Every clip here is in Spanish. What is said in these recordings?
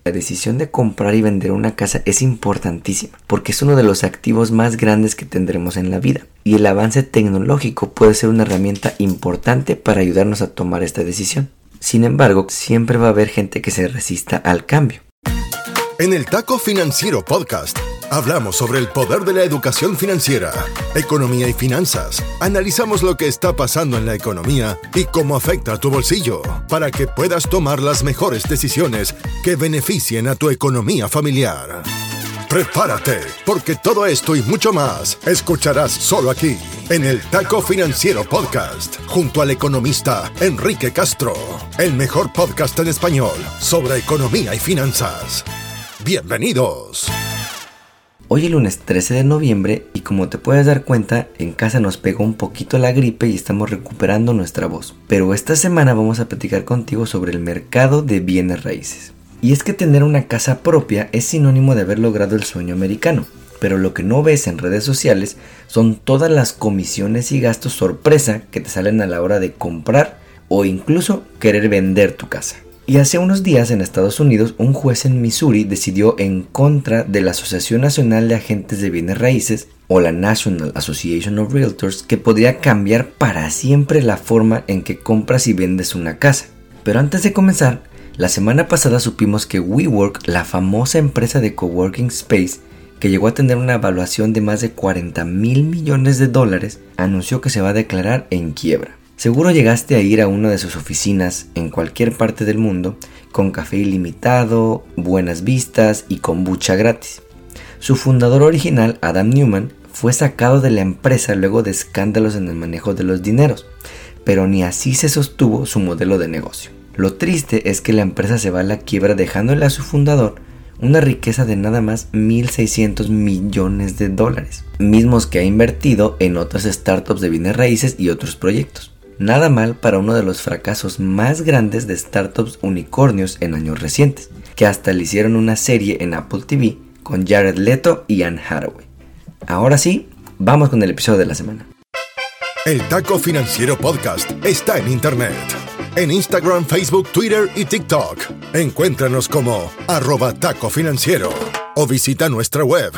La decisión de comprar y vender una casa es importantísima porque es uno de los activos más grandes que tendremos en la vida, y el avance tecnológico puede ser una herramienta importante para ayudarnos a tomar esta decisión. Sin embargo, siempre va a haber gente que se resista al cambio. En el Taco Financiero Podcast hablamos sobre el poder de la educación financiera, economía y finanzas. Analizamos lo que está pasando en la economía y cómo afecta a tu bolsillo para que puedas tomar las mejores decisiones que beneficien a tu economía familiar. Prepárate, porque todo esto y mucho más escucharás solo aquí, en el Taco Financiero Podcast, junto al economista Enrique Castro, el mejor podcast en español sobre economía y finanzas. ¡Bienvenidos! Hoy es lunes 13 de noviembre y como te puedes dar cuenta, en casa nos pegó un poquito la gripe y estamos recuperando nuestra voz. Pero esta semana vamos a platicar contigo sobre el mercado de bienes raíces. Y es que tener una casa propia es sinónimo de haber logrado el sueño americano. Pero lo que no ves en redes sociales son todas las comisiones y gastos sorpresa que te salen a la hora de comprar o incluso querer vender tu casa. Y hace unos días en Estados Unidos, un juez en Missouri decidió en contra de la Asociación Nacional de Agentes de Bienes Raíces, o la National Association of Realtors, que podría cambiar para siempre la forma en que compras y vendes una casa. Pero antes de comenzar, la semana pasada supimos que WeWork, la famosa empresa de coworking space, que llegó a tener una evaluación de más de $40 mil millones, anunció que se va a declarar en quiebra. Seguro llegaste a ir a una de sus oficinas en cualquier parte del mundo con café ilimitado, buenas vistas y kombucha gratis. Su fundador original, Adam Neumann, fue sacado de la empresa luego de escándalos en el manejo de los dineros, pero ni así se sostuvo su modelo de negocio. Lo triste es que la empresa se va a la quiebra dejándole a su fundador una riqueza de nada más $1,600 millones, mismos que ha invertido en otras startups de bienes raíces y otros proyectos. Nada mal para uno de los fracasos más grandes de startups unicornios en años recientes, que hasta le hicieron una serie en Apple TV con Jared Leto y Anne Hathaway. Ahora sí, vamos con el episodio de la semana. El Taco Financiero Podcast está en internet. En Instagram, Facebook, Twitter y TikTok. Encuéntranos como @tacofinanciero o visita nuestra web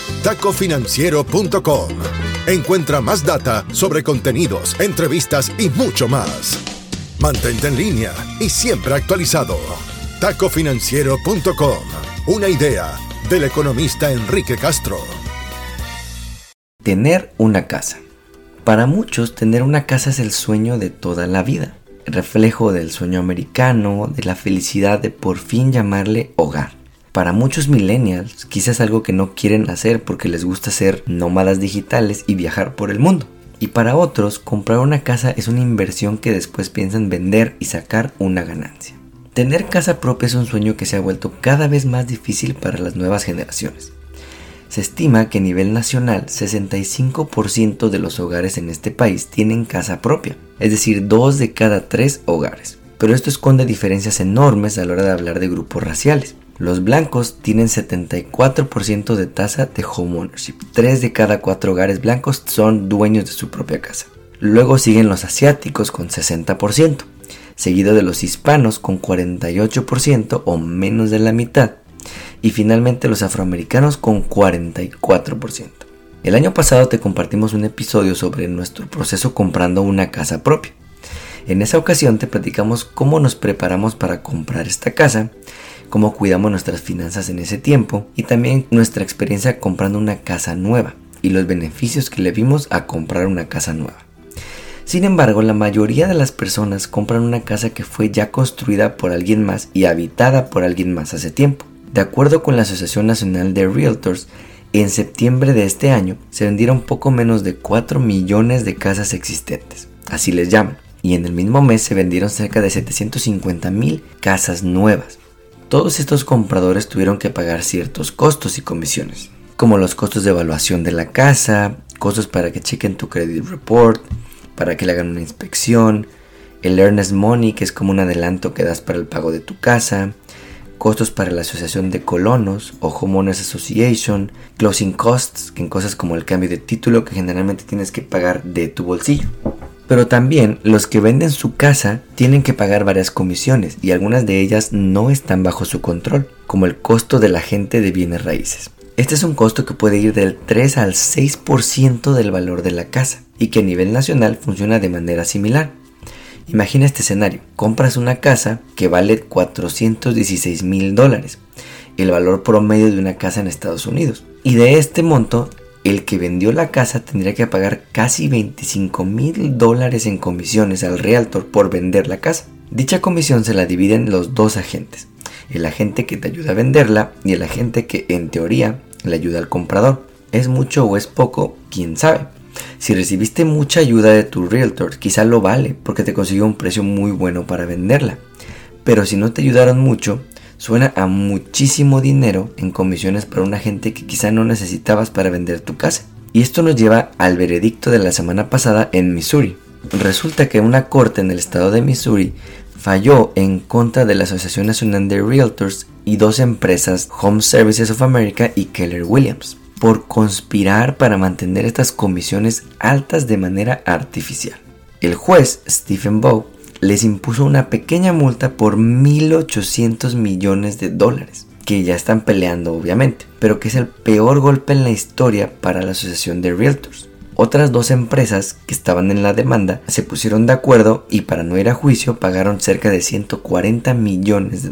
tacofinanciero.com. Encuentra más data sobre contenidos, entrevistas y mucho más. Mantente en línea y siempre actualizado. tacofinanciero.com. Una idea del economista Enrique Castro. Tener una casa. Para muchos, tener una casa es el sueño de toda la vida. El reflejo del sueño americano, de la felicidad de por fin llamarle hogar. Para muchos millennials, quizás algo que no quieren hacer porque les gusta ser nómadas digitales y viajar por el mundo. Y para otros, comprar una casa es una inversión que después piensan vender y sacar una ganancia. Tener casa propia es un sueño que se ha vuelto cada vez más difícil para las nuevas generaciones. Se estima que a nivel nacional, 65% de los hogares en este país tienen casa propia, es decir, 2 de cada 3 hogares. Pero esto esconde diferencias enormes a la hora de hablar de grupos raciales. Los blancos tienen 74% de tasa de homeownership. 3 de cada 4 hogares blancos son dueños de su propia casa. Luego siguen los asiáticos con 60%, seguido de los hispanos con 48% o menos de la mitad. Y finalmente los afroamericanos con 44%. El año pasado te compartimos un episodio sobre nuestro proceso comprando una casa propia. En esa ocasión te platicamos cómo nos preparamos para comprar esta casa, cómo cuidamos nuestras finanzas en ese tiempo y también nuestra experiencia comprando una casa nueva y los beneficios que le vimos a comprar una casa nueva. Sin embargo, la mayoría de las personas compran una casa que fue ya construida por alguien más y habitada por alguien más hace tiempo. De acuerdo con la Asociación Nacional de Realtors, en septiembre de este año se vendieron poco menos de 4 millones de casas existentes, así les llaman, y en el mismo mes se vendieron cerca de 750,000 casas nuevas. Todos estos compradores tuvieron que pagar ciertos costos y comisiones, como los costos de evaluación de la casa, costos para que chequen tu credit report, para que le hagan una inspección, el earnest money, que es como un adelanto que das para el pago de tu casa, costos para la asociación de colonos o Homeowners Association, closing costs, que en cosas como el cambio de título que generalmente tienes que pagar de tu bolsillo. Pero también los que venden su casa tienen que pagar varias comisiones y algunas de ellas no están bajo su control, como el costo del agente de bienes raíces. Este es un costo que puede ir del 3 al 6% del valor de la casa y que a nivel nacional funciona de manera similar. Imagina este escenario: compras una casa que vale $416,000, el valor promedio de una casa en Estados Unidos, y de este monto el que vendió la casa tendría que pagar casi $25,000 en comisiones al realtor por vender la casa. Dicha comisión se la dividen los dos agentes, el agente que te ayuda a venderla y el agente que en teoría le ayuda al comprador. ¿Es mucho o es poco? ¿Quién sabe? Si recibiste mucha ayuda de tu realtor, quizá lo vale porque te consiguió un precio muy bueno para venderla. Pero si no te ayudaron mucho, suena a muchísimo dinero en comisiones para un agente que quizá no necesitabas para vender tu casa. Y esto nos lleva al veredicto de la semana pasada en Missouri. Resulta que una corte en el estado de Missouri falló en contra de la Asociación Nacional de Realtors y dos empresas, Home Services of America y Keller Williams, por conspirar para mantener estas comisiones altas de manera artificial. El juez Stephen Bowe les impuso una pequeña multa por $1,800 millones, que ya están peleando obviamente, pero que es el peor golpe en la historia para la Asociación de Realtors. Otras dos empresas que estaban en la demanda se pusieron de acuerdo y para no ir a juicio pagaron cerca de $140 millones.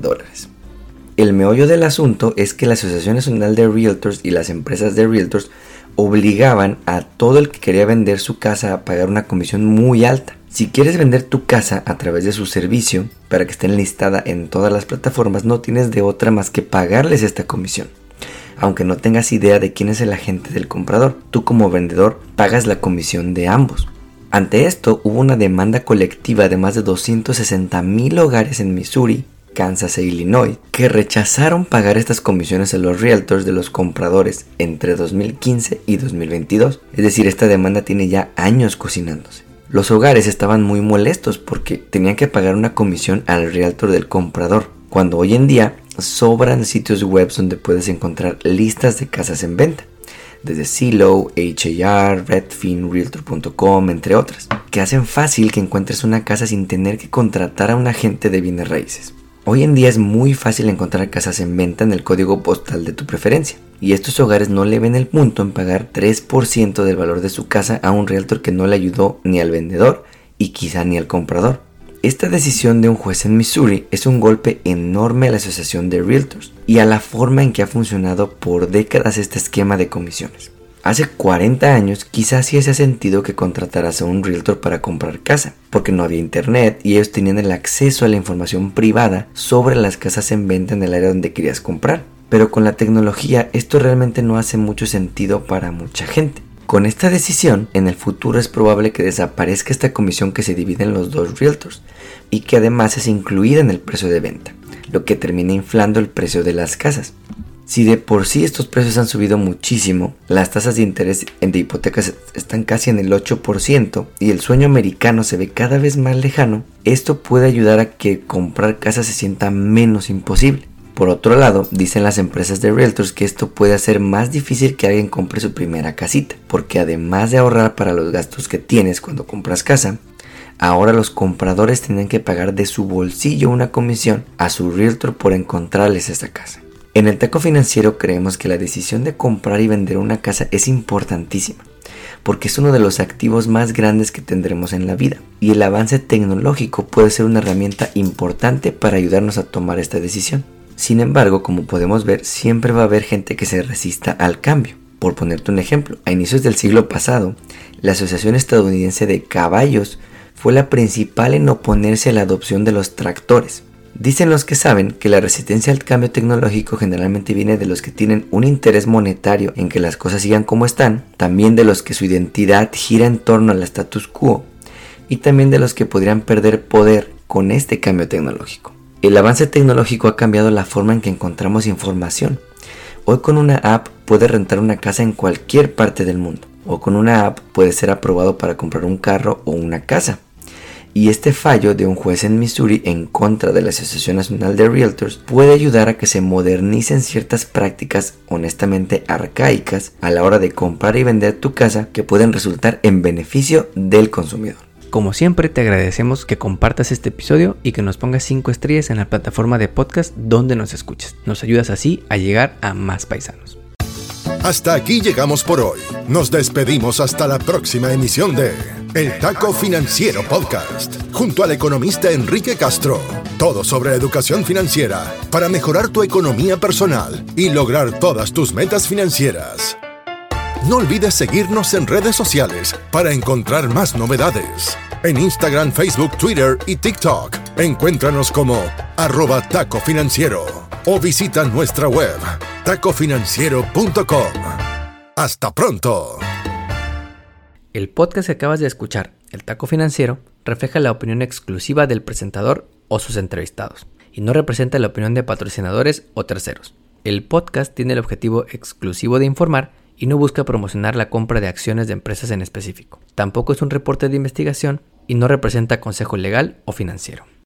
El meollo del asunto es que la Asociación Nacional de Realtors y las empresas de Realtors obligaban a todo el que quería vender su casa a pagar una comisión muy alta. Si quieres vender tu casa a través de su servicio para que esté enlistada en todas las plataformas, no tienes de otra más que pagarles esta comisión. Aunque no tengas idea de quién es el agente del comprador, tú como vendedor pagas la comisión de ambos. Ante esto, hubo una demanda colectiva de más de 260,000 hogares en Missouri, Kansas e Illinois que rechazaron pagar estas comisiones a los realtors de los compradores entre 2015 y 2022. Es decir, esta demanda tiene ya años cocinándose. Los hogares estaban muy molestos porque tenían que pagar una comisión al realtor del comprador, cuando hoy en día sobran sitios web donde puedes encontrar listas de casas en venta, desde Zillow, HAR, Redfin, Realtor.com, entre otras, que hacen fácil que encuentres una casa sin tener que contratar a un agente de bienes raíces. Hoy en día es muy fácil encontrar casas en venta en el código postal de tu preferencia, y estos hogares no le ven el punto en pagar 3% del valor de su casa a un realtor que no le ayudó ni al vendedor y quizá ni al comprador. Esta decisión de un juez en Missouri es un golpe enorme a la Asociación de Realtors y a la forma en que ha funcionado por décadas este esquema de comisiones. Hace 40 años quizás sí hacía sentido que contrataras a un realtor para comprar casa, porque no había internet y ellos tenían el acceso a la información privada sobre las casas en venta en el área donde querías comprar. Pero con la tecnología esto realmente no hace mucho sentido para mucha gente. Con esta decisión, en el futuro es probable que desaparezca esta comisión que se divide en los dos realtors y que además es incluida en el precio de venta, lo que termina inflando el precio de las casas. Si de por sí estos precios han subido muchísimo, las tasas de interés de hipotecas están casi en el 8% y el sueño americano se ve cada vez más lejano, esto puede ayudar a que comprar casas se sienta menos imposible. Por otro lado, dicen las empresas de realtors que esto puede hacer más difícil que alguien compre su primera casita, porque además de ahorrar para los gastos que tienes cuando compras casa, ahora los compradores tienen que pagar de su bolsillo una comisión a su realtor por encontrarles esta casa. En el Taco Financiero creemos que la decisión de comprar y vender una casa es importantísima, porque es uno de los activos más grandes que tendremos en la vida, y el avance tecnológico puede ser una herramienta importante para ayudarnos a tomar esta decisión. Sin embargo, como podemos ver, siempre va a haber gente que se resista al cambio. Por ponerte un ejemplo, a inicios del siglo pasado, la Asociación Estadounidense de Caballos fue la principal en oponerse a la adopción de los tractores. Dicen los que saben que la resistencia al cambio tecnológico generalmente viene de los que tienen un interés monetario en que las cosas sigan como están, también de los que su identidad gira en torno al status quo y también de los que podrían perder poder con este cambio tecnológico. El avance tecnológico ha cambiado la forma en que encontramos información. Hoy con una app puedes rentar una casa en cualquier parte del mundo, o con una app puedes ser aprobado para comprar un carro o una casa. Y este fallo de un juez en Missouri en contra de la Asociación Nacional de Realtors puede ayudar a que se modernicen ciertas prácticas honestamente arcaicas a la hora de comprar y vender tu casa que pueden resultar en beneficio del consumidor. Como siempre, te agradecemos que compartas este episodio y que nos pongas 5 estrellas en la plataforma de podcast donde nos escuches. Nos ayudas así a llegar a más paisanos. Hasta aquí llegamos por hoy. Nos despedimos hasta la próxima emisión de El Taco Financiero Podcast, junto al economista Enrique Castro. Todo sobre educación financiera para mejorar tu economía personal y lograr todas tus metas financieras. No olvides seguirnos en redes sociales para encontrar más novedades. En Instagram, Facebook, Twitter y TikTok, encuéntranos como @tacofinanciero o visita nuestra web tacofinanciero.com. ¡Hasta pronto! El podcast que acabas de escuchar, El Taco Financiero, refleja la opinión exclusiva del presentador o sus entrevistados y no representa la opinión de patrocinadores o terceros. El podcast tiene el objetivo exclusivo de informar y no busca promocionar la compra de acciones de empresas en específico. Tampoco es un reporte de investigación y no representa consejo legal o financiero.